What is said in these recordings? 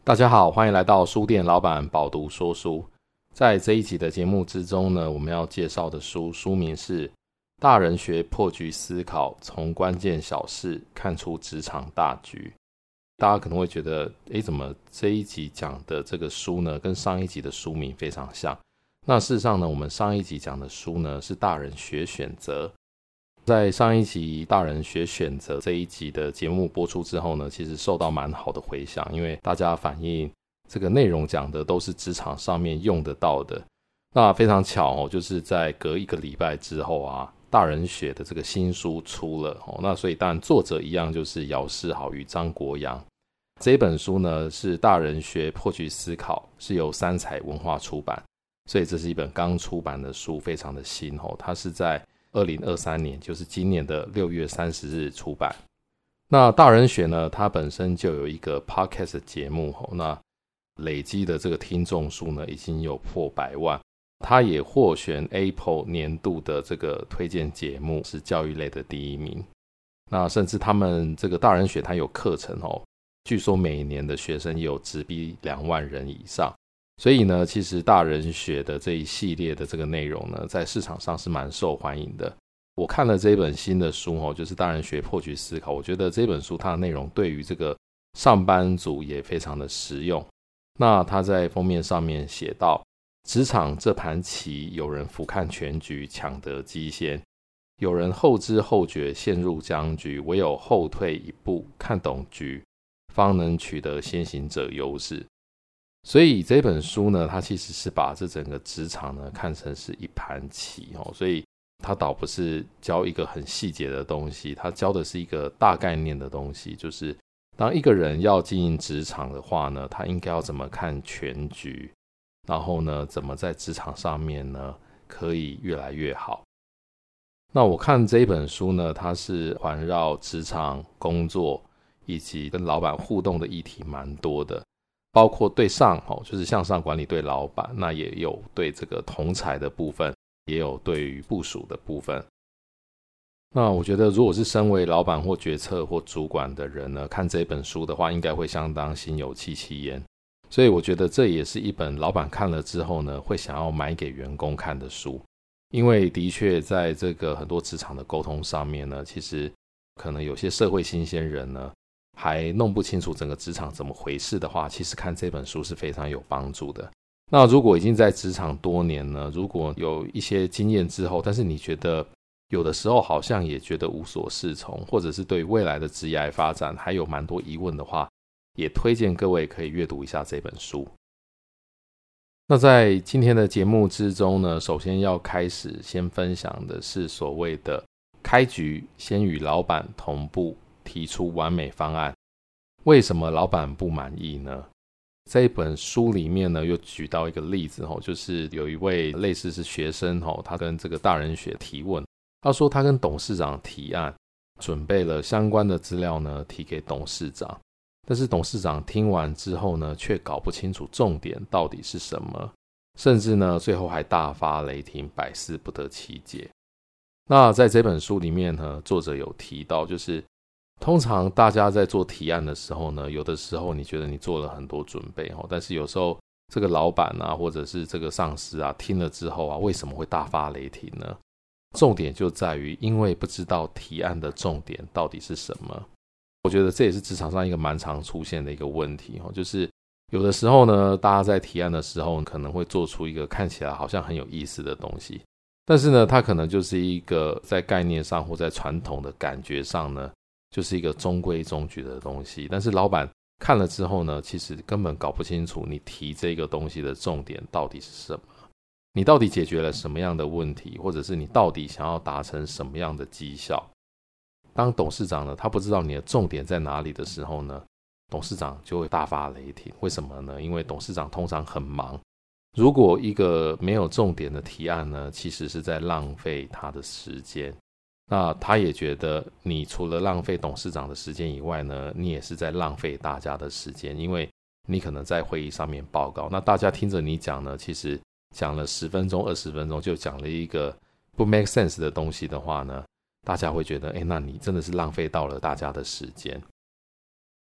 大家好，欢迎来到书店老板饱读说书。在这一集的节目之中呢，我们要介绍的书名是《大人学破局思考，从关键小事看出职场大局》。大家可能会觉得，怎么这一集讲的这个书呢，跟上一集的书名非常像？那事实上呢，我们上一集讲的书呢是《大人学选择》。在上一集大人学选择这一集的节目播出之后呢，其实受到蛮好的回响，因为大家反映这个内容讲的都是职场上面用得到的。那非常巧就是在隔一个礼拜之后啊，大人学的这个新书出了那所以当然作者一样就是姚世豪与张国阳。这一本书呢是大人学破局思考，是由三彩文化出版，所以这是一本刚出版的书，非常的新它是在2023年，就是今年的6月30日出版。那大人学呢，它本身就有一个 podcast 节目那累积的这个听众数呢已经有破100万。它也获选 Apple 年度的这个推荐节目，是教育类的第1名。那甚至他们这个大人学它有课程据说每年的学生也有直逼2万人以上。所以呢，其实大人学的这一系列的这个内容呢，在市场上是蛮受欢迎的。我看了这本新的书就是大人学破局思考，我觉得这本书它的内容对于这个上班族也非常的实用。那它在封面上面写到，职场这盘棋，有人俯瞰全局，抢得机先，有人后知后觉，陷入僵局，唯有后退一步，看懂局，方能取得先行者优势。所以这本书呢，它其实是把这整个职场呢看成是一盘棋所以它倒不是教一个很细节的东西，它教的是一个大概念的东西，就是当一个人要经营职场的话呢，他应该要怎么看全局，然后呢怎么在职场上面呢可以越来越好。那我看这一本书呢，它是环绕职场工作以及跟老板互动的议题蛮多的，包括对上就是向上管理对老板，那也有对这个同侪的部分，也有对于部属的部分。那我觉得如果是身为老板或决策或主管的人呢，看这本书的话应该会相当心有戚戚焉。所以我觉得这也是一本老板看了之后呢会想要买给员工看的书。因为的确在这个很多职场的沟通上面呢，其实可能有些社会新鲜人呢还弄不清楚整个职场怎么回事的话，其实看这本书是非常有帮助的。那如果已经在职场多年呢，如果有一些经验之后，但是你觉得有的时候好像也觉得无所适从，或者是对未来的职业发展还有蛮多疑问的话，也推荐各位可以阅读一下这本书。那在今天的节目之中呢，首先要开始先分享的是所谓的开局先与老板同步提出完美方案，为什么老板不满意呢？这一本书里面呢又举到一个例子就是有一位类似是学生他跟这个大人学提问，他说他跟董事长提案，准备了相关的资料呢提给董事长，但是董事长听完之后呢却搞不清楚重点到底是什么，甚至呢最后还大发雷霆，百思不得其解。那在这本书里面呢，作者有提到，就是通常大家在做提案的时候呢，有的时候你觉得你做了很多准备但是有时候这个老板啊或者是这个上司啊听了之后啊，为什么会大发雷霆呢？重点就在于因为不知道提案的重点到底是什么。我觉得这也是职场上一个蛮常出现的一个问题就是有的时候呢，大家在提案的时候可能会做出一个看起来好像很有意思的东西，但是呢它可能就是一个在概念上或在传统的感觉上呢就是一个中规中矩的东西，但是老板看了之后呢，其实根本搞不清楚你提这个东西的重点到底是什么，你到底解决了什么样的问题，或者是你到底想要达成什么样的绩效。当董事长呢他不知道你的重点在哪里的时候呢，董事长就会大发雷霆。为什么呢？因为董事长通常很忙，如果一个没有重点的提案呢，其实是在浪费他的时间。那他也觉得你除了浪费董事长的时间以外呢，你也是在浪费大家的时间，因为你可能在会议上面报告，那大家听着你讲呢，其实讲了10分钟20分钟就讲了一个不 make sense 的东西的话呢，大家会觉得那你真的是浪费到了大家的时间。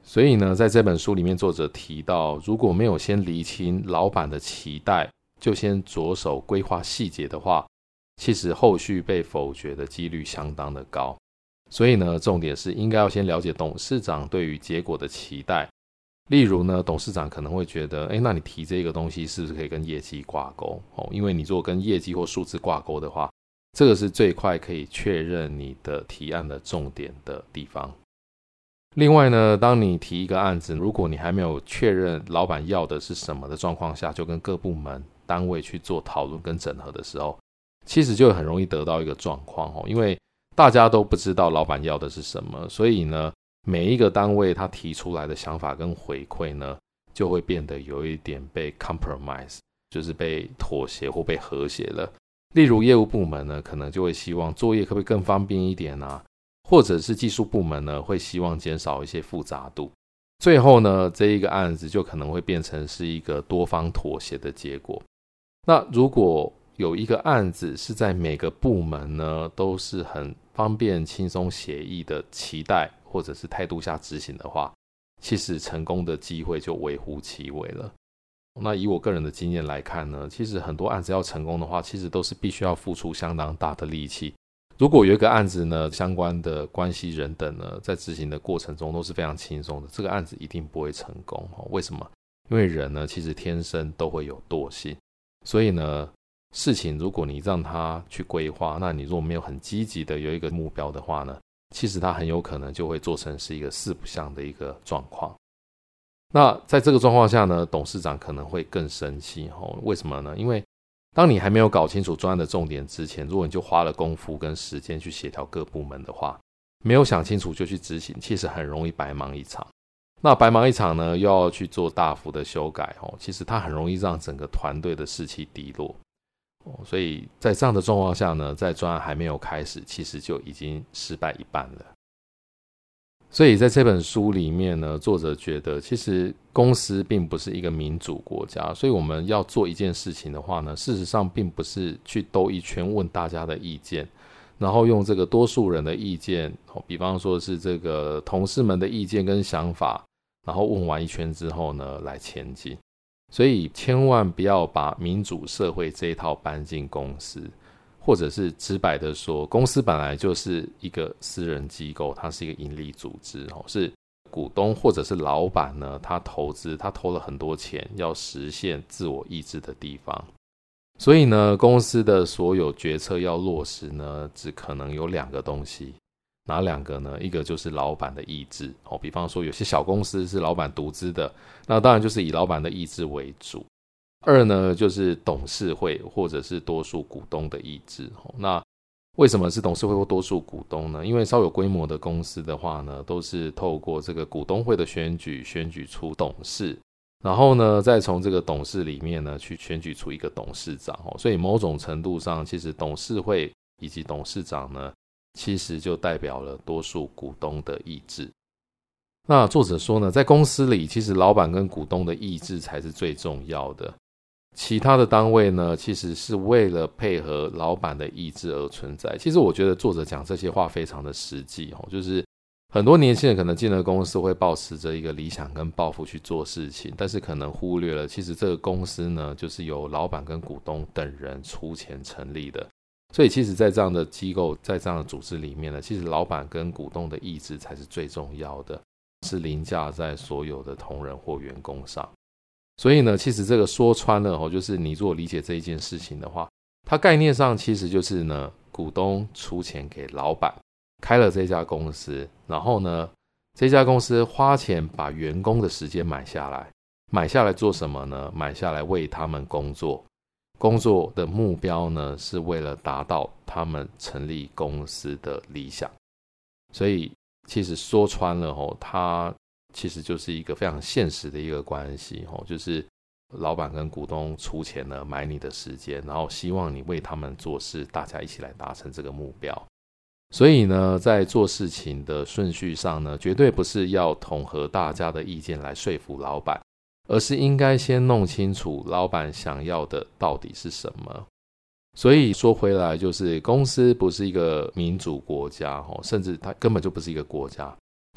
所以呢，在这本书里面，作者提到，如果没有先厘清老板的期待，就先着手规划细节的话，其实后续被否决的几率相当的高。所以呢，重点是应该要先了解董事长对于结果的期待。例如呢，董事长可能会觉得，那你提这个东西是不是可以跟业绩挂钩？因为你如果跟业绩或数字挂钩的话，这个是最快可以确认你的提案的重点的地方。另外呢，当你提一个案子，如果你还没有确认老板要的是什么的状况下，就跟各部门单位去做讨论跟整合的时候，其实就很容易得到一个状况，因为大家都不知道老板要的是什么，所以呢，每一个单位他提出来的想法跟回馈呢，就会变得有一点被 compromise， 就是被妥协或被和谐了。例如业务部门呢，可能就会希望作业可不可以更方便一点啊，或者是技术部门呢，会希望减少一些复杂度。最后呢，这一个案子就可能会变成是一个多方妥协的结果。那如果有一个案子是在每个部门呢都是很方便轻松协议的期待或者是态度下执行的话，其实成功的机会就微乎其微了。那以我个人的经验来看呢，其实很多案子要成功的话，其实都是必须要付出相当大的力气。如果有一个案子呢，相关的关系人等呢，在执行的过程中都是非常轻松的，这个案子一定不会成功。为什么？因为人呢，其实天生都会有惰性，所以呢，事情如果你让他去规划，那你如果没有很积极的有一个目标的话呢，其实他很有可能就会做成是一个四不像的一个状况。那在这个状况下呢，董事长可能会更生气。为什么呢？因为当你还没有搞清楚专案的重点之前，如果你就花了功夫跟时间去协调各部门的话，没有想清楚就去执行，其实很容易白忙一场。那白忙一场呢，又要去做大幅的修改，其实它很容易让整个团队的士气低落。所以在这样的状况下呢，在专案还没有开始，其实就已经失败一半了。所以在这本书里面呢，作者觉得其实公司并不是一个民主国家，所以我们要做一件事情的话呢，事实上并不是去兜一圈问大家的意见，然后用这个多数人的意见，比方说是这个同事们的意见跟想法，然后问完一圈之后呢，来前进。所以千万不要把民主社会这一套搬进公司，或者是直白的说，公司本来就是一个私人机构，它是一个营利组织，是股东或者是老板呢，他投资，他投了很多钱，要实现自我意志的地方。所以呢，公司的所有决策要落实呢，只可能有两个东西。哪两个呢？一个就是老板的意志，比方说有些小公司是老板独资的，那当然就是以老板的意志为主。二呢，就是董事会或者是多数股东的意志。那为什么是董事会或多数股东呢？因为稍有规模的公司的话呢，都是透过这个股东会的选举出董事，然后呢，再从这个董事里面呢去选举出一个董事长。所以某种程度上，其实董事会以及董事长呢，其实就代表了多数股东的意志。那作者说呢，在公司里，其实老板跟股东的意志才是最重要的。其他的单位呢，其实是为了配合老板的意志而存在。其实我觉得作者讲这些话非常的实际，就是很多年轻人可能进了公司会抱持着一个理想跟抱负去做事情，但是可能忽略了其实这个公司呢，就是由老板跟股东等人出钱成立的。所以其实在这样的机构，在这样的组织里面呢，其实老板跟股东的意志才是最重要的，是凌驾在所有的同仁或员工上。所以呢，其实这个说穿了，就是你如果理解这一件事情的话，它概念上其实就是呢，股东出钱给老板开了这家公司，然后呢，这家公司花钱把员工的时间买下来做什么呢？买下来为他们工作，工作的目标呢，是为了达到他们成立公司的理想。所以其实说穿了，它其实就是一个非常现实的一个关系，就是老板跟股东出钱呢买你的时间，然后希望你为他们做事，大家一起来达成这个目标。所以呢，在做事情的顺序上呢，绝对不是要统合大家的意见来说服老板，而是应该先弄清楚老板想要的到底是什么。所以说回来，就是公司不是一个民主国家，甚至它根本就不是一个国家，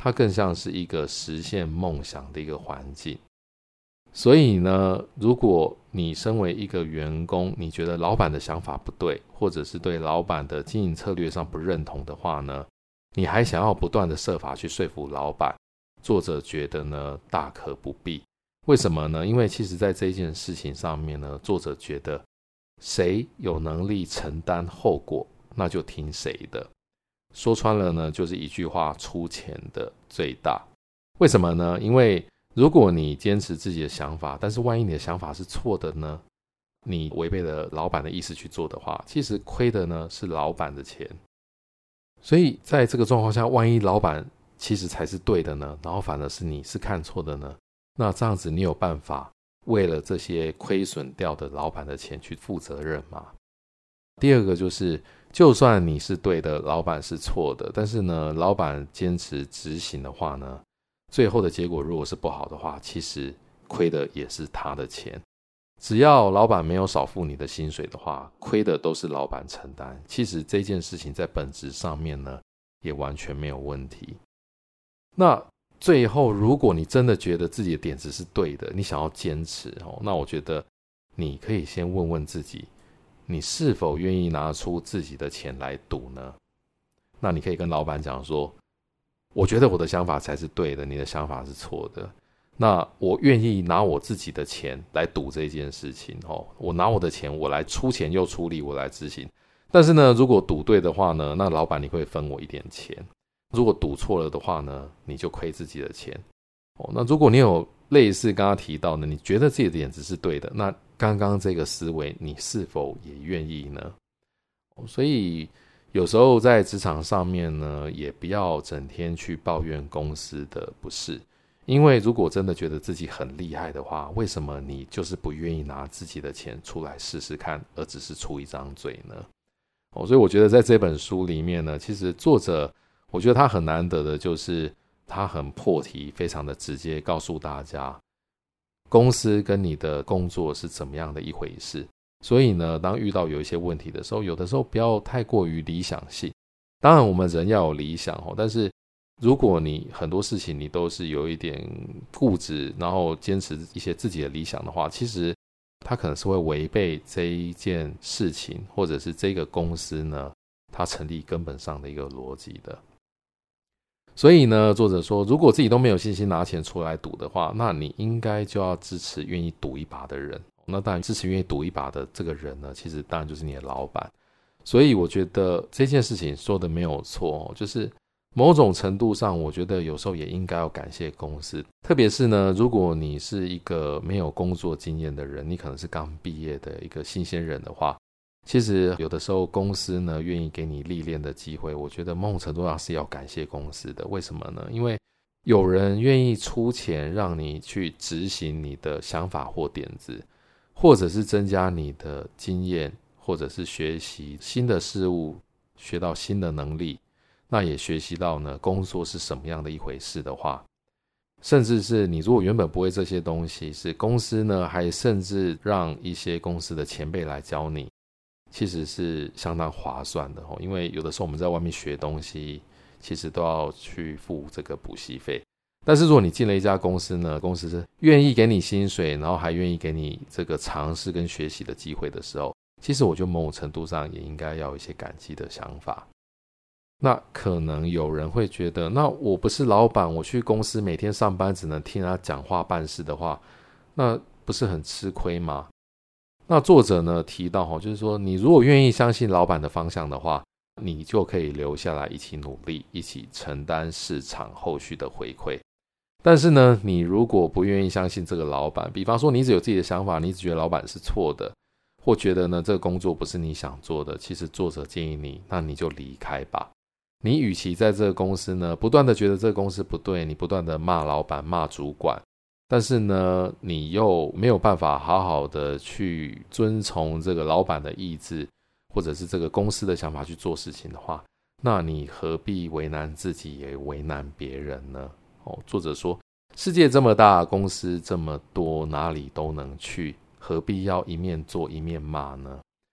它更像是一个实现梦想的一个环境。所以呢，如果你身为一个员工，你觉得老板的想法不对，或者是对老板的经营策略上不认同的话呢，你还想要不断的设法去说服老板，作者觉得呢大可不必。为什么呢？因为其实在这件事情上面呢，作者觉得谁有能力承担后果，那就听谁的。说穿了呢，就是一句话，出钱的最大。为什么呢？因为如果你坚持自己的想法，但是万一你的想法是错的呢？你违背了老板的意思去做的话，其实亏的呢是老板的钱。所以在这个状况下，万一老板其实才是对的呢，然后反而是你是看错的呢，那这样子你有办法为了这些亏损掉的老板的钱去负责任吗？第二个就是，就算你是对的，老板是错的，但是呢，老板坚持执行的话呢，最后的结果如果是不好的话，其实亏的也是他的钱。只要老板没有少付你的薪水的话，亏的都是老板承担。其实这件事情在本质上面呢，也完全没有问题。那最后，如果你真的觉得自己的点子是对的，你想要坚持，那我觉得你可以先问问自己，你是否愿意拿出自己的钱来赌呢？那你可以跟老板讲说，我觉得我的想法才是对的，你的想法是错的。那我愿意拿我自己的钱来赌这件事情，我拿我的钱，我来出钱又出力，我来执行。但是呢，如果赌对的话呢，那老板你会分我一点钱。如果赌错了的话呢，你就亏自己的钱。那如果你有类似刚刚提到的，你觉得自己的点子是对的，那刚刚这个思维你是否也愿意呢？所以有时候在职场上面呢，也不要整天去抱怨公司的不是，因为如果真的觉得自己很厉害的话，为什么你就是不愿意拿自己的钱出来试试看，而只是出一张嘴呢？所以我觉得在这本书里面呢，其实作者我觉得他很难得的就是他很破题，非常的直接告诉大家公司跟你的工作是怎么样的一回事。所以呢，当遇到有一些问题的时候，有的时候不要太过于理想性。当然我们人要有理想，但是如果你很多事情你都是有一点固执，然后坚持一些自己的理想的话，其实它可能是会违背这一件事情，或者是这个公司呢它成立根本上的一个逻辑的。所以呢，作者说，如果自己都没有信心拿钱出来赌的话，那你应该就要支持愿意赌一把的人。那当然支持愿意赌一把的这个人呢，其实当然就是你的老板。所以我觉得这件事情说的没有错，就是某种程度上我觉得有时候也应该要感谢公司。特别是呢，如果你是一个没有工作经验的人，你可能是刚毕业的一个新鲜人的话，其实有的时候公司呢愿意给你历练的机会，我觉得某种程度上是要感谢公司的。为什么呢？因为有人愿意出钱让你去执行你的想法或点子，或者是增加你的经验，或者是学习新的事物，学到新的能力，那也学习到呢工作是什么样的一回事的话，甚至是你如果原本不会这些东西，是公司呢还甚至让一些公司的前辈来教你，其实是相当划算的。因为有的时候我们在外面学东西其实都要去付这个补习费，但是如果你进了一家公司呢，公司是愿意给你薪水，然后还愿意给你这个尝试跟学习的机会的时候，其实我觉得某种程度上也应该要有一些感激的想法。那可能有人会觉得，那我不是老板，我去公司每天上班只能听他讲话办事的话，那不是很吃亏吗？那作者呢提到，就是说你如果愿意相信老板的方向的话，你就可以留下来一起努力，一起承担市场后续的回馈。但是呢，你如果不愿意相信这个老板，比方说你只有自己的想法，你只觉得老板是错的，或觉得呢这个工作不是你想做的，其实作者建议你，那你就离开吧。你与其在这个公司呢不断的觉得这个公司不对，你不断的骂老板骂主管，但是呢你又没有办法好好的去遵从这个老板的意志，或者是这个公司的想法去做事情的话，那你何必为难自己也为难别人呢？作者说世界这么大，公司这么多，哪里都能去，何必要一面做一面骂呢？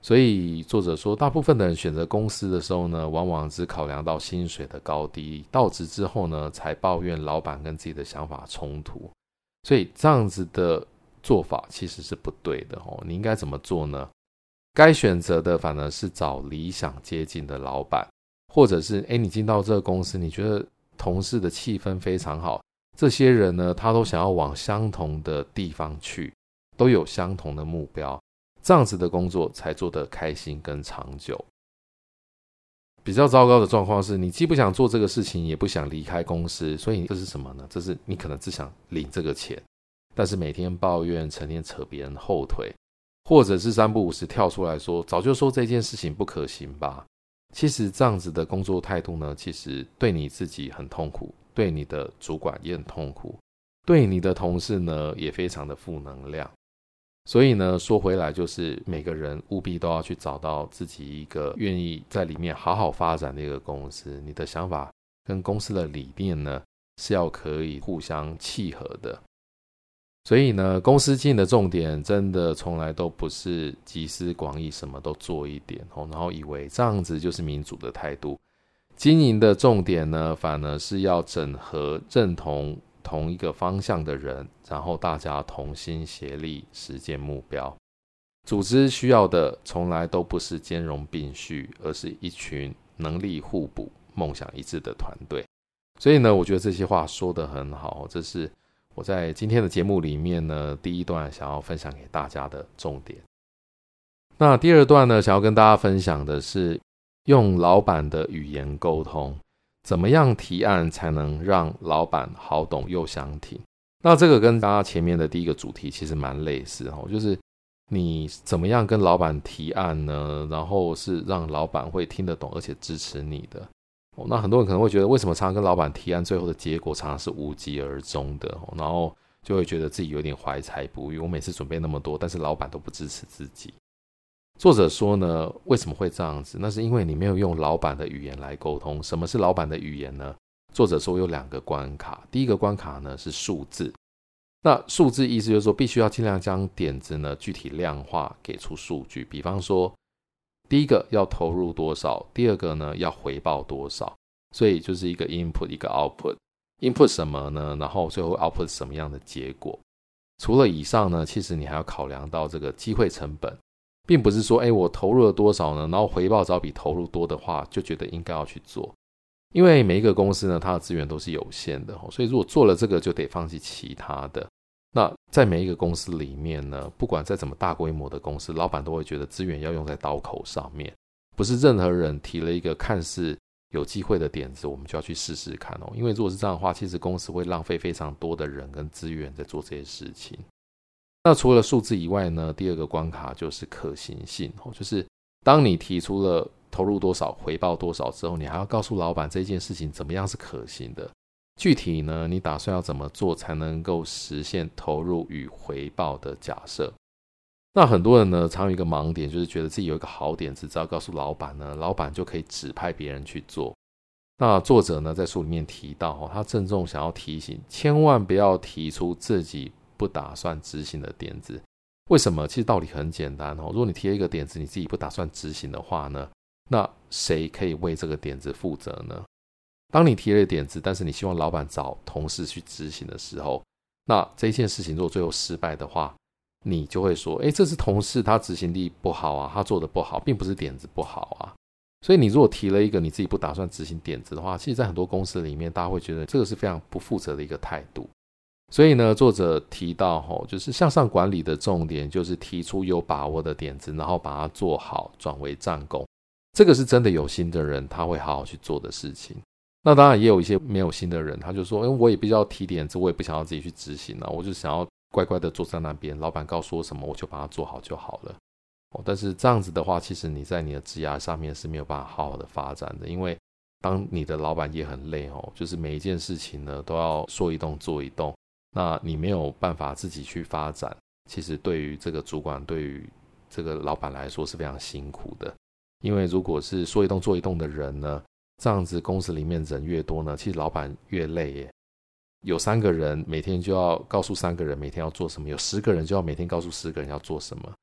所以作者说，大部分的人选择公司的时候呢，往往只考量到薪水的高低，到职之后呢，才抱怨老板跟自己的想法冲突。所以这样子的做法其实是不对的哦。你应该怎么做呢？该选择的反而是找理想接近的老板，或者是你进到这个公司，你觉得同事的气氛非常好，这些人呢，他都想要往相同的地方去，都有相同的目标，这样子的工作才做得开心跟长久。比较糟糕的状况是，你既不想做这个事情，也不想离开公司，所以这是什么呢？这是你可能只想领这个钱，但是每天抱怨，成天扯别人后腿，或者是三不五时跳出来说，早就说这件事情不可行吧。其实这样子的工作态度呢，其实对你自己很痛苦，对你的主管也很痛苦，对你的同事呢也非常的负能量。所以呢，说回来就是每个人务必都要去找到自己一个愿意在里面好好发展的一个公司，你的想法跟公司的理念呢是要可以互相契合的。所以呢，公司经营的重点真的从来都不是集思广益，什么都做一点，然后以为这样子就是民主的态度。经营的重点呢，反而是要整合认同同一个方向的人，然后大家同心协力实现目标。组织需要的从来都不是兼容并蓄，而是一群能力互补、梦想一致的团队。所以呢，我觉得这些话说得很好，这是我在今天的节目里面呢，第一段想要分享给大家的重点。那第二段呢，想要跟大家分享的是用老板的语言沟通，怎么样提案才能让老板好懂又相挺。那这个跟大家前面的第一个主题其实蛮类似，就是你怎么样跟老板提案呢，然后是让老板会听得懂而且支持你的。那很多人可能会觉得，为什么常常跟老板提案，最后的结果常常是无疾而终的，然后就会觉得自己有点怀才不遇，我每次准备那么多，但是老板都不支持自己。作者说呢，为什么会这样子？那是因为你没有用老板的语言来沟通。什么是老板的语言呢？作者说有2个关卡。第一个关卡呢是数字。那数字意思就是说，必须要尽量将点子呢具体量化，给出数据。比方说，第一个要投入多少，第二个呢要回报多少。所以就是一个 input 一个 output。input 什么呢？然后最后 output 什么样的结果。除了以上呢，其实你还要考量到这个机会成本，并不是说我投入了多少呢，然后回报只要比投入多的话，就觉得应该要去做。因为每一个公司呢，它的资源都是有限的，所以如果做了这个就得放弃其他的。那在每一个公司里面呢，不管再怎么大规模的公司，老板都会觉得资源要用在刀口上面，不是任何人提了一个看似有机会的点子，我们就要去试试看因为如果是这样的话，其实公司会浪费非常多的人跟资源在做这些事情。那除了数字以外呢，第二个关卡就是可行性，就是当你提出了投入多少回报多少之后，你还要告诉老板这件事情怎么样是可行的，具体呢你打算要怎么做才能够实现投入与回报的假设。那很多人呢常有一个盲点，就是觉得自己有一个好点子，只要告诉老板呢，老板就可以指派别人去做。那作者呢在书里面提到他郑重想要提醒，千万不要提出自己不打算执行的点子。为什么？其实道理很简单如果你提了一个点子，你自己不打算执行的话呢，那谁可以为这个点子负责呢？当你提了点子，但是你希望老板找同事去执行的时候，那这件事情如果最后失败的话，你就会说这是同事他执行力不好啊，他做的不好，并不是点子不好啊。所以你如果提了一个你自己不打算执行点子的话，其实在很多公司里面大家会觉得这个是非常不负责的一个态度。所以呢，作者提到就是向上管理的重点就是提出有把握的点子，然后把它做好，转为战功。这个是真的有心的人他会好好去做的事情。那当然也有一些没有心的人，他就说我也不要提点子，我也不想要自己去执行我就想要乖乖的坐在那边，老板告诉我什么我就把它做好就好了。但是这样子的话，其实你在你的职涯上面是没有办法好好的发展的。因为当你的老板也很累就是每一件事情呢都要说一动做一动，那你没有办法自己去发展，其实对于这个主管，对于这个老板来说是非常辛苦的。因为如果是说一动做一动的人呢，这样子公司里面人越多呢，其实老板越累耶。有3个人每天就要告诉3个人每天要做什么，有10个人就要每天告诉10个人要做什么。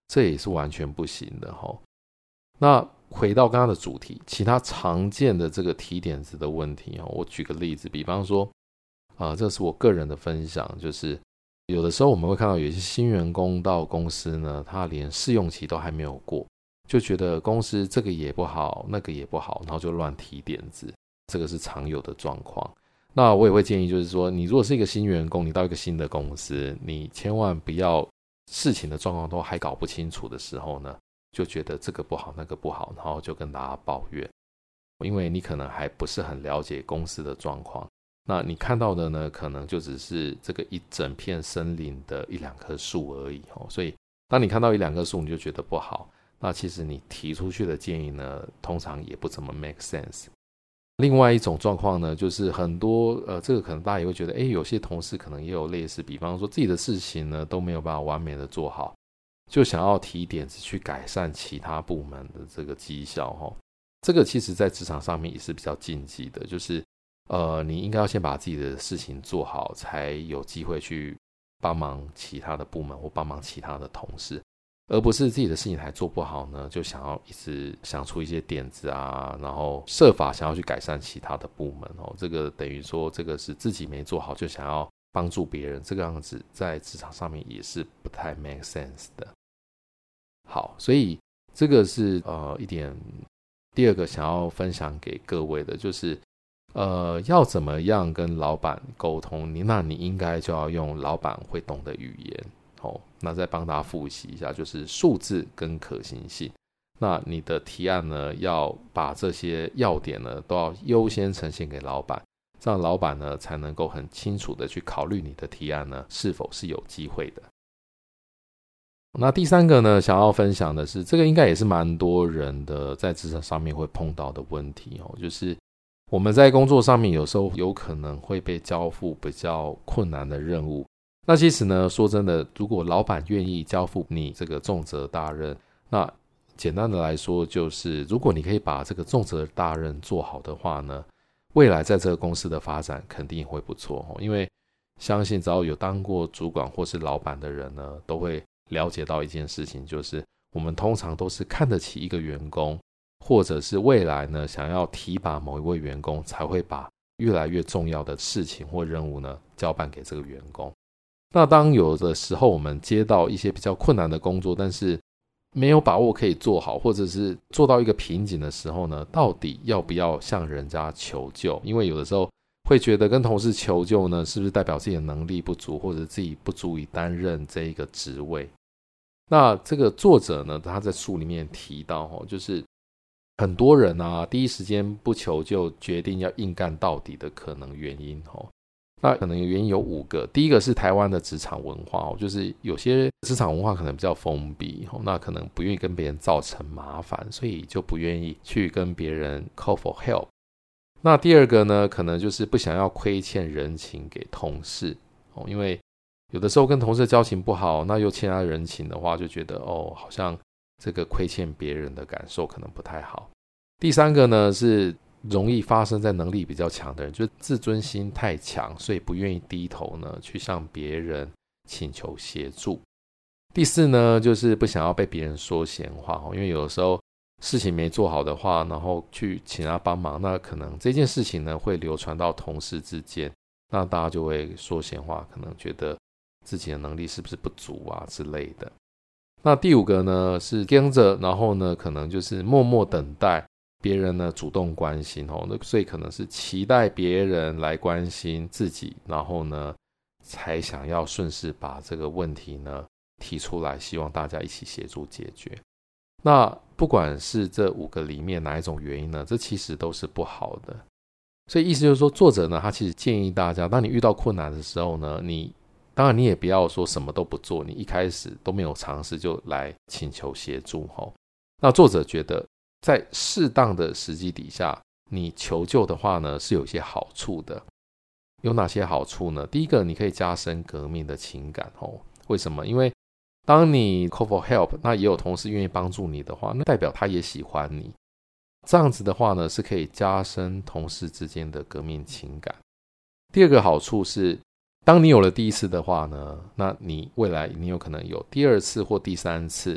这也是完全不行的那回到刚刚的主题，其他常见的这个提点子的问题我举个例子，比方说这是我个人的分享，就是有的时候我们会看到有一些新员工到公司呢，他连试用期都还没有过，就觉得公司这个也不好那个也不好，然后就乱提点子，这个是常有的状况。那我也会建议就是说，你如果是一个新员工，你到一个新的公司，你千万不要事情的状况都还搞不清楚的时候呢，就觉得这个不好那个不好，然后就跟大家抱怨，因为你可能还不是很了解公司的状况，那你看到的呢，可能就只是这个一整片森林的一两棵树而已所以当你看到一两棵树你就觉得不好，那其实你提出去的建议呢，通常也不怎么 make sense。另外一种状况呢，就是很多这个可能大家也会觉得有些同事可能也有类似，比方说自己的事情呢都没有办法完美的做好，就想要提点子去改善其他部门的这个绩效这个其实在职场上面也是比较禁忌的，就是你应该要先把自己的事情做好，才有机会去帮忙其他的部门或帮忙其他的同事，而不是自己的事情还做不好呢，就想要一直想出一些点子然后设法想要去改善其他的部门这个等于说这个是自己没做好就想要帮助别人，这个样子在职场上面也是不太 make sense 的。好，所以这个是一点第二个想要分享给各位的，就是要怎么样跟老板沟通，那你应该就要用老板会懂的语言那再帮大家复习一下，就是数字跟可行性。那你的提案呢，要把这些要点呢都要优先呈现给老板，这样老板呢才能够很清楚的去考虑你的提案呢是否是有机会的。那第三个呢，想要分享的是，这个应该也是蛮多人的在职场上面会碰到的问题就是我们在工作上面有时候有可能会被交付比较困难的任务，那其实呢，说真的，如果老板愿意交付你这个重责大任，那简单的来说就是，如果你可以把这个重责大任做好的话呢，未来在这个公司的发展肯定会不错因为相信只要有当过主管或是老板的人呢，都会了解到一件事情，就是我们通常都是看得起一个员工，或者是未来呢想要提拔某一位员工，才会把越来越重要的事情或任务呢交办给这个员工。那当有的时候我们接到一些比较困难的工作，但是没有把握可以做好，或者是做到一个瓶颈的时候呢，到底要不要向人家求救？因为有的时候会觉得跟同事求救呢，是不是代表自己的能力不足，或者自己不足以担任这一个职位？那这个作者呢，他在书里面提到就是很多人第一时间不求救，决定要硬干到底的可能原因那可能原因有5个。第一个是台湾的职场文化就是有些职场文化可能比较封闭那可能不愿意跟别人造成麻烦，所以就不愿意去跟别人 call for help。那第二个呢，可能就是不想要亏欠人情给同事因为有的时候跟同事的交情不好，那又欠他人情的话，就觉得好像这个亏欠别人的感受可能不太好。第三个呢，是容易发生在能力比较强的人，就是自尊心太强，所以不愿意低头呢去向别人请求协助。第四呢，就是不想要被别人说闲话因为有的时候事情没做好的话，然后去请他帮忙，那可能这件事情呢会流传到同事之间，那大家就会说闲话，可能觉得自己的能力是不是不足之类的。那第5个呢，是跟着，然后呢可能就是默默等待别人呢主动关心所以可能是期待别人来关心自己，然后呢才想要顺势把这个问题呢提出来，希望大家一起协助解决。那不管是这5个里面哪一种原因呢，这其实都是不好的。所以意思就是说，作者呢他其实建议大家，当你遇到困难的时候呢，当然你也不要说什么都不做，你一开始都没有尝试就来请求协助那作者觉得在适当的时机底下，你求救的话呢是有一些好处的。有哪些好处呢？第一个，你可以加深革命的情感为什么？因为当你 call for help， 那也有同事愿意帮助你的话，那代表他也喜欢你，这样子的话呢是可以加深同事之间的革命情感。第二个好处是，当你有了第一次的话呢，那你未来你有可能有第2次或第3次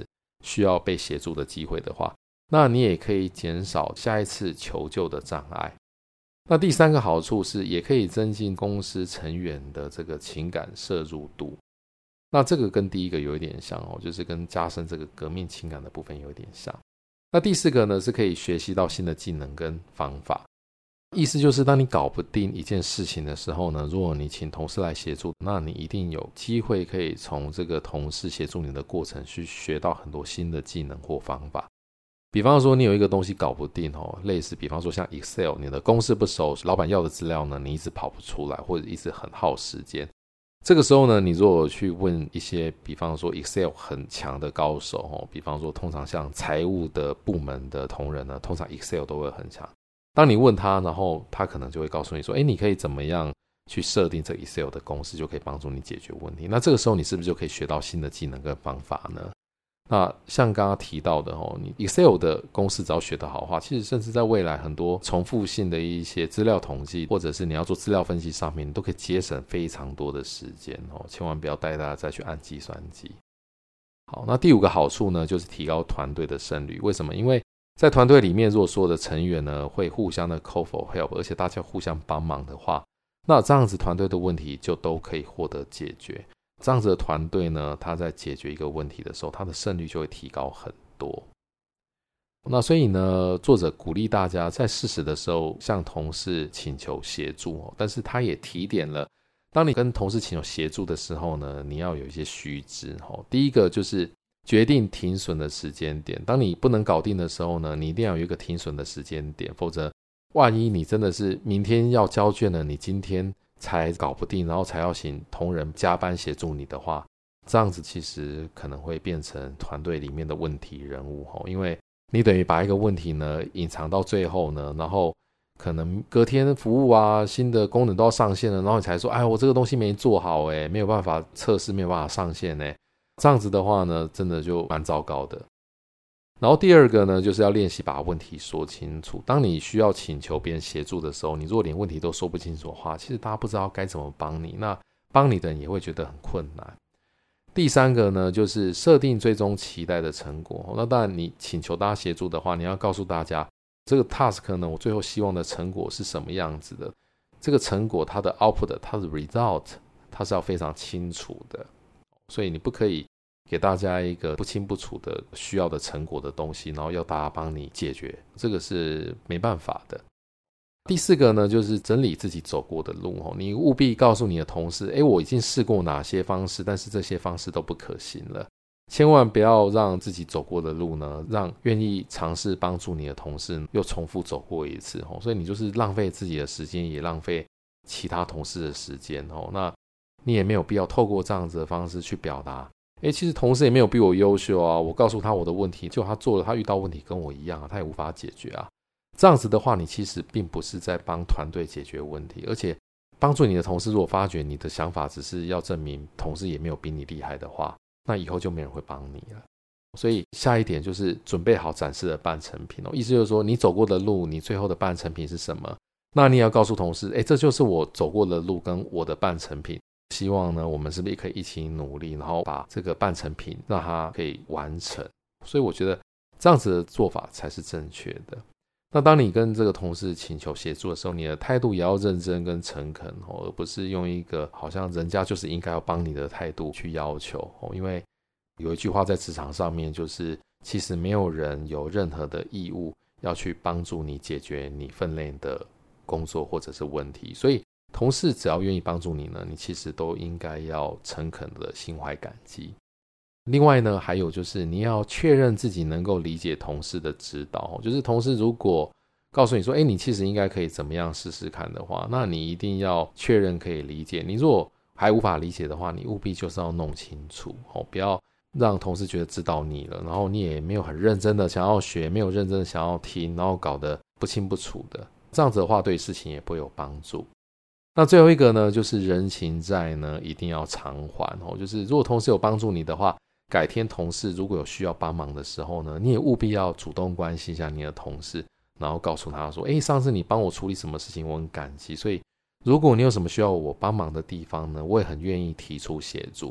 需要被协助的机会的话，那你也可以减少下一次求救的障碍。那第三个好处是也可以增进公司成员的这个情感摄入度。那这个跟第一个有一点像就是跟加深这个革命情感的部分有一点像。那第四个呢，是可以学习到新的技能跟方法。意思就是当你搞不定一件事情的时候呢，如果你请同事来协助，那你一定有机会可以从这个同事协助你的过程去学到很多新的技能或方法。比方说你有一个东西搞不定类似比方说像 Excel， 你的公式不熟，老板要的资料呢你一直跑不出来，或者一直很耗时间。这个时候呢，你如果去问一些比方说 Excel 很强的高手比方说通常像财务的部门的同仁呢，通常 Excel 都会很强。当你问他，然后他可能就会告诉你说你可以怎么样去设定这 Excel 的公式，就可以帮助你解决问题。那这个时候你是不是就可以学到新的技能跟方法呢？那像刚刚提到的你 Excel 的公式只要学得好的话，其实甚至在未来很多重复性的一些资料统计，或者是你要做资料分析上面，你都可以节省非常多的时间千万不要带大家再去按计算机。好，那第五个好处呢，就是提高团队的胜率。为什么？因为在团队里面，如果所有的成员呢会互相的 call for help， 而且大家互相帮忙的话，那这样子团队的问题就都可以获得解决。这样子的团队呢，他在解决一个问题的时候，他的胜率就会提高很多。那所以呢，作者鼓励大家在适时的时候向同事请求协助但是他也提点了，当你跟同事请求协助的时候呢，你要有一些须知第一个就是决定停损的时间点。当你不能搞定的时候呢，你一定要有一个停损的时间点，否则万一你真的是明天要交卷了，你今天才搞不定，然后才要请同仁加班协助你的话，这样子其实可能会变成团队里面的问题人物因为你等于把一个问题呢隐藏到最后呢，然后可能隔天服务啊新的功能都要上线了，然后你才说我这个东西没做好没有办法测试，没有办法上线这样子的话呢，真的就蛮糟糕的。然后第二个呢，就是要练习把问题说清楚。当你需要请求别人协助的时候，你如果连问题都说不清楚的话，其实大家不知道该怎么帮你，那帮你的人也会觉得很困难。第三个呢，就是设定最终期待的成果。那当然你请求大家协助的话，你要告诉大家这个 task 呢，我最后希望的成果是什么样子的。这个成果它的 output， 它的 result， 它是要非常清楚的。所以你不可以给大家一个不清不楚的需要的成果的东西，然后要大家帮你解决，这个是没办法的。第四个呢，就是整理自己走过的路你务必告诉你的同事我已经试过哪些方式，但是这些方式都不可行了。千万不要让自己走过的路呢，让愿意尝试帮助你的同事又重复走过一次所以你就是浪费自己的时间，也浪费其他同事的时间那你也没有必要透过这样子的方式去表达其实同事也没有比我优秀啊，我告诉他我的问题，结果他做了，他遇到问题跟我一样他也无法解决啊。这样子的话，你其实并不是在帮团队解决问题，而且帮助你的同事如果发觉你的想法只是要证明同事也没有比你厉害的话，那以后就没人会帮你了。所以下一点就是准备好展示的半成品意思就是说你走过的路，你最后的半成品是什么，那你也要告诉同事这就是我走过的路跟我的半成品，希望呢我们是不是可以一起努力，然后把这个半成品让它可以完成。所以我觉得这样子的做法才是正确的。那当你跟这个同事请求协助的时候，你的态度也要认真跟诚恳而不是用一个好像人家就是应该要帮你的态度去要求因为有一句话在职场上面，就是其实没有人有任何的义务要去帮助你解决你分内的工作或者是问题，所以同事只要愿意帮助你呢，你其实都应该要诚恳的心怀感激。另外呢，还有就是你要确认自己能够理解同事的指导就是同事如果告诉你说你其实应该可以怎么样试试看的话，那你一定要确认可以理解。你如果还无法理解的话，你务必就是要弄清楚不要让同事觉得知道你了，然后你也没有很认真的想要学，没有认真的想要听，然后搞得不清不楚的，这样子的话对事情也不会有帮助。那最后一个呢，就是人情债呢一定要偿还就是如果同事有帮助你的话，改天同事如果有需要帮忙的时候呢，你也务必要主动关心一下你的同事，然后告诉他说上次你帮我处理什么事情我很感激，所以如果你有什么需要我帮忙的地方呢，我也很愿意提出协助。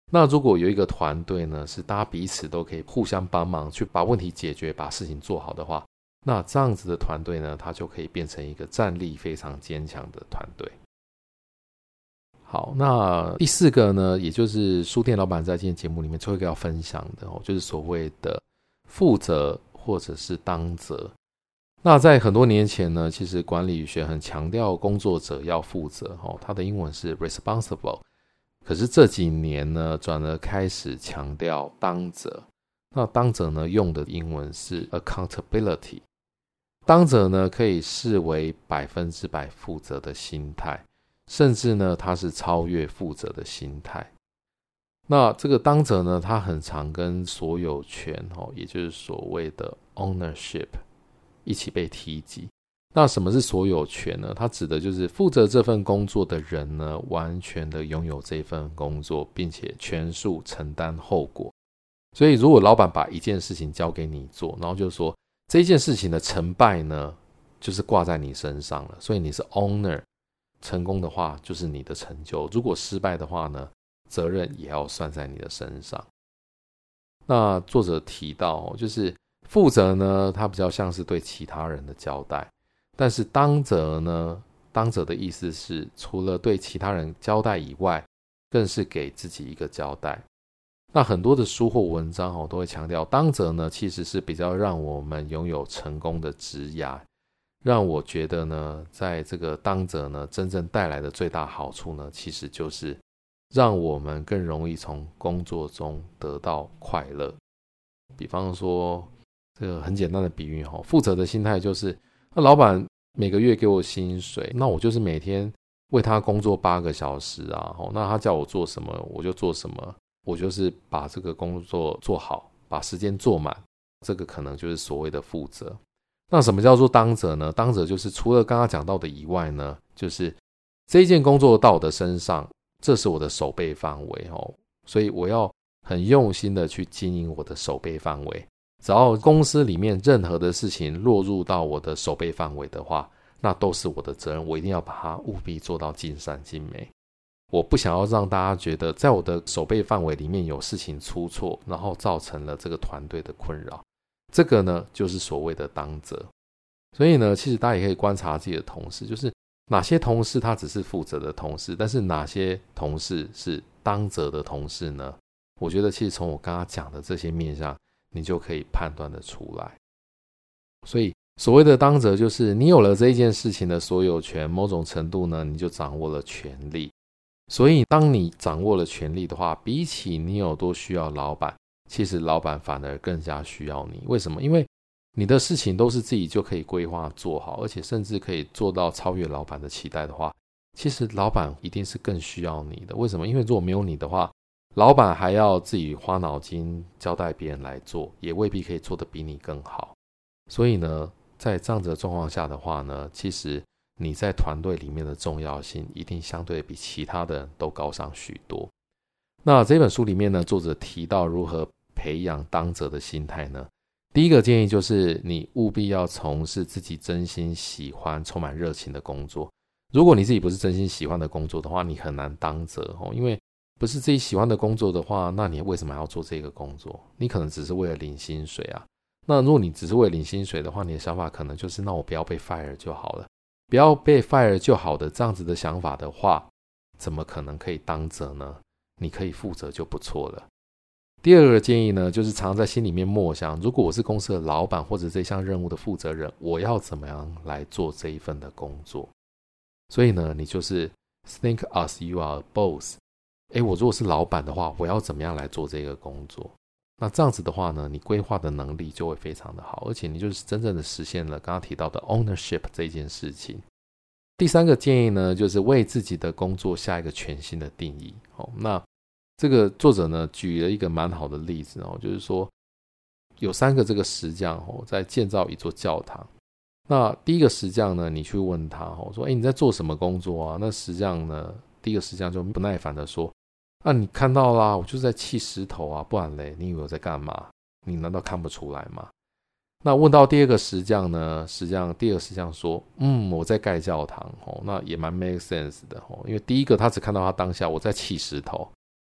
那如果有一个团队呢，是大家彼此都可以互相帮忙去把问题解决，把事情做好的话，那这样子的团队呢，它就可以变成一个战力非常坚强的团队。好，那第4个呢，也就是书店老板在今天节目里面最后一个要分享的就是所谓的负责或者是当责。那在很多年前呢，其实管理学很强调工作者要负责，它的英文是 responsible。可是这几年呢，转而开始强调当责。那当责呢，用的英文是 accountability。当责呢，可以视为100%负责的心态，甚至呢，它是超越负责的心态。那这个当责呢，它很常跟所有权，也就是所谓的 ownership 一起被提及。那什么是所有权呢？它指的就是负责这份工作的人呢，完全的拥有这份工作，并且全数承担后果。所以如果老板把一件事情交给你做，然后就说这件事情的成败呢，就是挂在你身上了，所以你是 owner， 成功的话就是你的成就，如果失败的话呢，责任也要算在你的身上。那作者提到就是负责呢，它比较像是对其他人的交代，但是当责呢，当责的意思是除了对其他人交代以外，更是给自己一个交代。那很多的书或文章都会强调，当责呢其实是比较让我们拥有成功的职涯。让我觉得呢，在这个当责呢，真正带来的最大好处呢，其实就是让我们更容易从工作中得到快乐。比方说，这个很简单的比喻，负责的心态就是，那老板每个月给我薪水，那我就是每天为他工作8个小时啊，那他叫我做什么我就做什么，我就是把这个工作做好，把时间做满，这个可能就是所谓的负责。那什么叫做当责呢？当责就是除了刚刚讲到的以外呢，就是这一件工作到我的身上，这是我的守备范围，所以我要很用心的去经营我的守备范围。只要公司里面任何的事情落入到我的守备范围的话，那都是我的责任，我一定要把它务必做到尽善尽美。我不想要让大家觉得在我的守备范围里面有事情出错，然后造成了这个团队的困扰。这个呢，就是所谓的当责。所以呢，其实大家也可以观察自己的同事，就是哪些同事他只是负责的同事，但是哪些同事是当责的同事呢？我觉得其实从我刚刚讲的这些面向，你就可以判断得出来。所以所谓的当责，就是你有了这一件事情的所有权，某种程度呢，你就掌握了权力。所以当你掌握了权力的话，比起你有多需要老板，其实老板反而更加需要你。为什么？因为你的事情都是自己就可以规划做好，而且甚至可以做到超越老板的期待的话，其实老板一定是更需要你的。为什么？因为如果没有你的话，老板还要自己花脑筋交代别人来做，也未必可以做得比你更好。所以呢，在这样子的状况下的话呢，其实你在团队里面的重要性一定相对比其他的人都高上许多。那这本书里面呢，作者提到如何培养当责的心态呢？第一个建议就是你务必要从事自己真心喜欢、充满热情的工作。如果你自己不是真心喜欢的工作的话，你很难当责，因为不是自己喜欢的工作的话，那你为什么还要做这个工作？你可能只是为了领薪水啊。那如果你只是为了领薪水的话，你的想法可能就是那我不要被 fire 就好了，不要被 fire 就好的这样子的想法的话，怎么可能可以当责呢？你可以负责就不错了。第二个建议呢，就是常在心里面默想，如果我是公司的老板或者这项任务的负责人，我要怎么样来做这一份的工作。所以呢，你就是 think as you are a boss。 我如果是老板的话，我要怎么样来做这个工作。那这样子的话呢，你规划的能力就会非常的好，而且你就是真正的实现了刚刚提到的 ownership 这件事情。第三个建议呢，就是为自己的工作下一个全新的定义。那这个作者呢举了一个蛮好的例子，就是说有3个这个石匠在建造一座教堂。那第一个石匠呢，你去问他说你在做什么工作啊？那石匠呢，第一个石匠就不耐烦的说，你看到啦，我就是在砌石头啊，不然嘞，你以为我在干嘛？你难道看不出来吗？那问到第二个石匠呢，第二个石匠说，我在盖教堂，那也蛮 make sense 的，因为第一个他只看到他当下我在砌石头，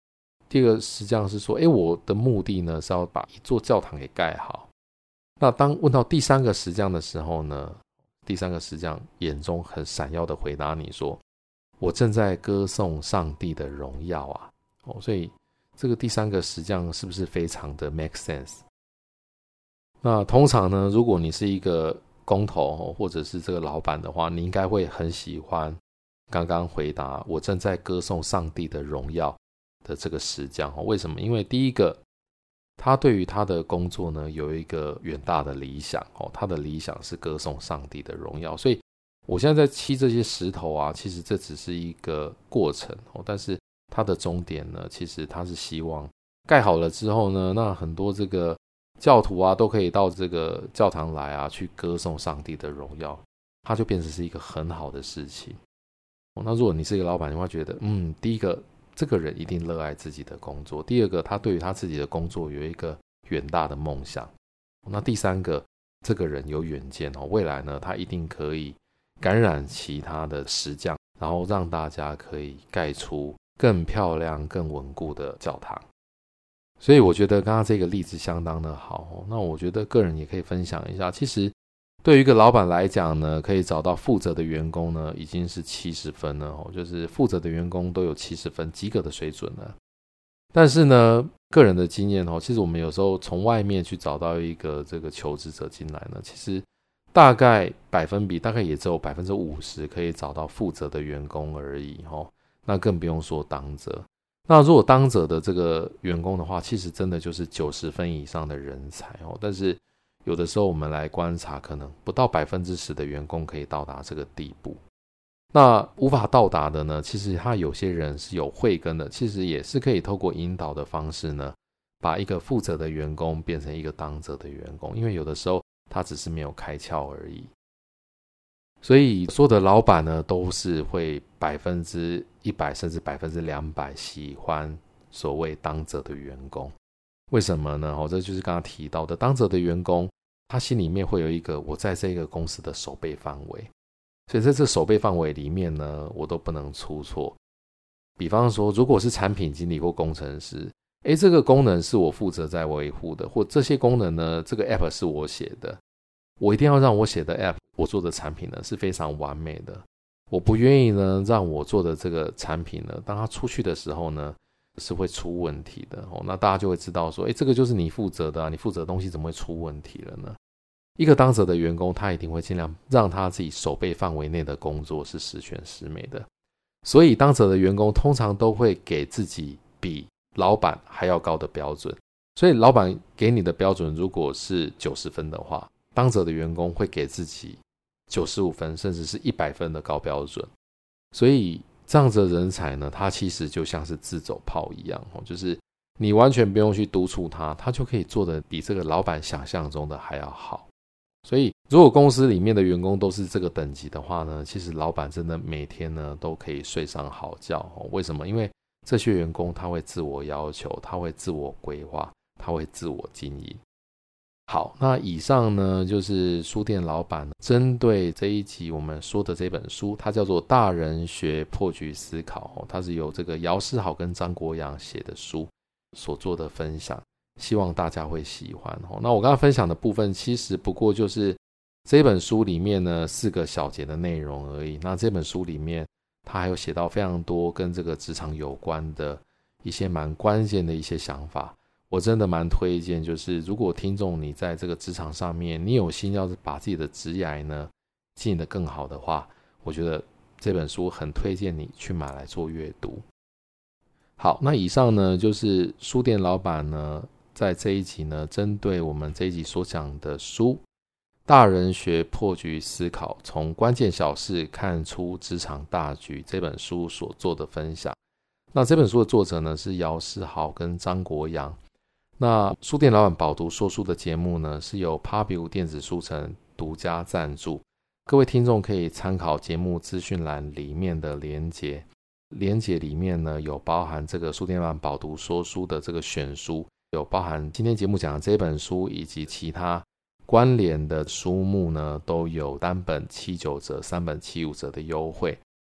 第二个石匠是说，我的目的呢是要把一座教堂给盖好。那当问到第三个石匠的时候呢，第三个石匠眼中很闪耀的回答你说，我正在歌颂上帝的荣耀啊。所以这个第三个石匠是不是非常的 make sense？ 那通常呢，如果你是一个工头或者是这个老板的话，你应该会很喜欢刚刚回答我正在歌颂上帝的荣耀的这个石匠。为什么？因为第一个，他对于他的工作呢有一个远大的理想，他的理想是歌颂上帝的荣耀。所以我现在在砌这些石头啊，其实这只是一个过程，但是他的终点呢，其实他是希望盖好了之后呢，那很多这个教徒啊都可以到这个教堂来啊，去歌颂上帝的荣耀，它就变成是一个很好的事情。那如果你是一个老板，你会觉得第一个，这个人一定热爱自己的工作；第二个，他对于他自己的工作有一个远大的梦想；那第三个，这个人有远见，未来呢，他一定可以感染其他的石匠，然后让大家可以盖出更漂亮更稳固的教堂。所以我觉得刚刚这个例子相当的好。那我觉得个人也可以分享一下，其实对于一个老板来讲呢，可以找到负责的员工呢，已经是70分了，就是负责的员工都有70分及格的水准了。但是呢，个人的经验其实我们有时候从外面去找到一个这个求职者进来呢，其实大概百分比大概也只有 50% 可以找到负责的员工而已，那更不用说当责。那如果当责的这个员工的话，其实真的就是90分以上的人才，但是有的时候我们来观察，可能不到 10% 的员工可以到达这个地步。那无法到达的呢，其实他有些人是有慧根的，其实也是可以透过引导的方式呢，把一个负责的员工变成一个当责的员工，因为有的时候他只是没有开窍而已。所以所有的老板呢，都是会100%甚至200%喜欢所谓当责的员工。为什么呢？这就是刚刚提到的，当责的员工他心里面会有一个我在这个公司的守备范围，所以在这守备范围里面呢，我都不能出错。比方说，如果是产品经理或工程师，这个功能是我负责在维护的，或这些功能呢，这个 app 是我写的，我一定要让我写的 app， 我做的产品呢是非常完美的。我不愿意呢让我做的这个产品呢，当它出去的时候呢，是会出问题的。那大家就会知道说，这个就是你负责的啊，你负责的东西怎么会出问题了呢？一个当责的员工，他一定会尽量让他自己守备范围内的工作是十全十美的。所以当责的员工通常都会给自己比老板还要高的标准。所以老板给你的标准如果是90分的话，当责的员工会给自己95分甚至是100分的高标准。所以这样子的人才呢，他其实就像是自走炮一样，就是你完全不用去督促他，他就可以做得比这个老板想象中的还要好。所以如果公司里面的员工都是这个等级的话呢，其实老板真的每天呢都可以睡上好觉。为什么？因为这些员工他会自我要求，他会自我规划，他会自我经营。好，那以上呢就是书店老板针对这一集我们说的这本书，它叫做《大人学破局思考》，它是由这个姚诗豪跟张国阳写的书所做的分享，希望大家会喜欢。那我刚刚分享的部分其实不过就是这本书里面呢4个小节的内容而已。那这本书里面他还有写到非常多跟这个职场有关的一些蛮关键的一些想法，我真的蛮推荐，就是如果听众你在这个职场上面你有心要把自己的职业呢经营得更好的话，我觉得这本书很推荐你去买来做阅读。好，那以上呢就是书店老板呢在这一集呢针对我们这一集所讲的书大人学破局思考，从关键小事看出职场大局这本书所做的分享。那这本书的作者呢是姚诗豪跟张国阳。那书店老板饱读说书的节目呢是由 Pubu 电子书城独家赞助，各位听众可以参考节目资讯栏里面的连结，连结里面呢有包含这个书店老板饱读说书的这个选书，有包含今天节目讲的这本书以及其他关联的书目呢，都有单本79折3本75折的优惠。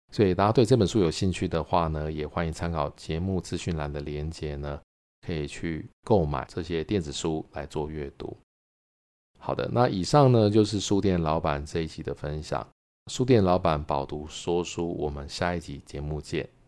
所以大家对这本书有兴趣的话呢，也欢迎参考节目资讯栏的连结呢，可以去购买这些电子书来做阅读。好的，那以上呢就是书店老板这一集的分享。书店老板饱读说书，我们下一集节目见。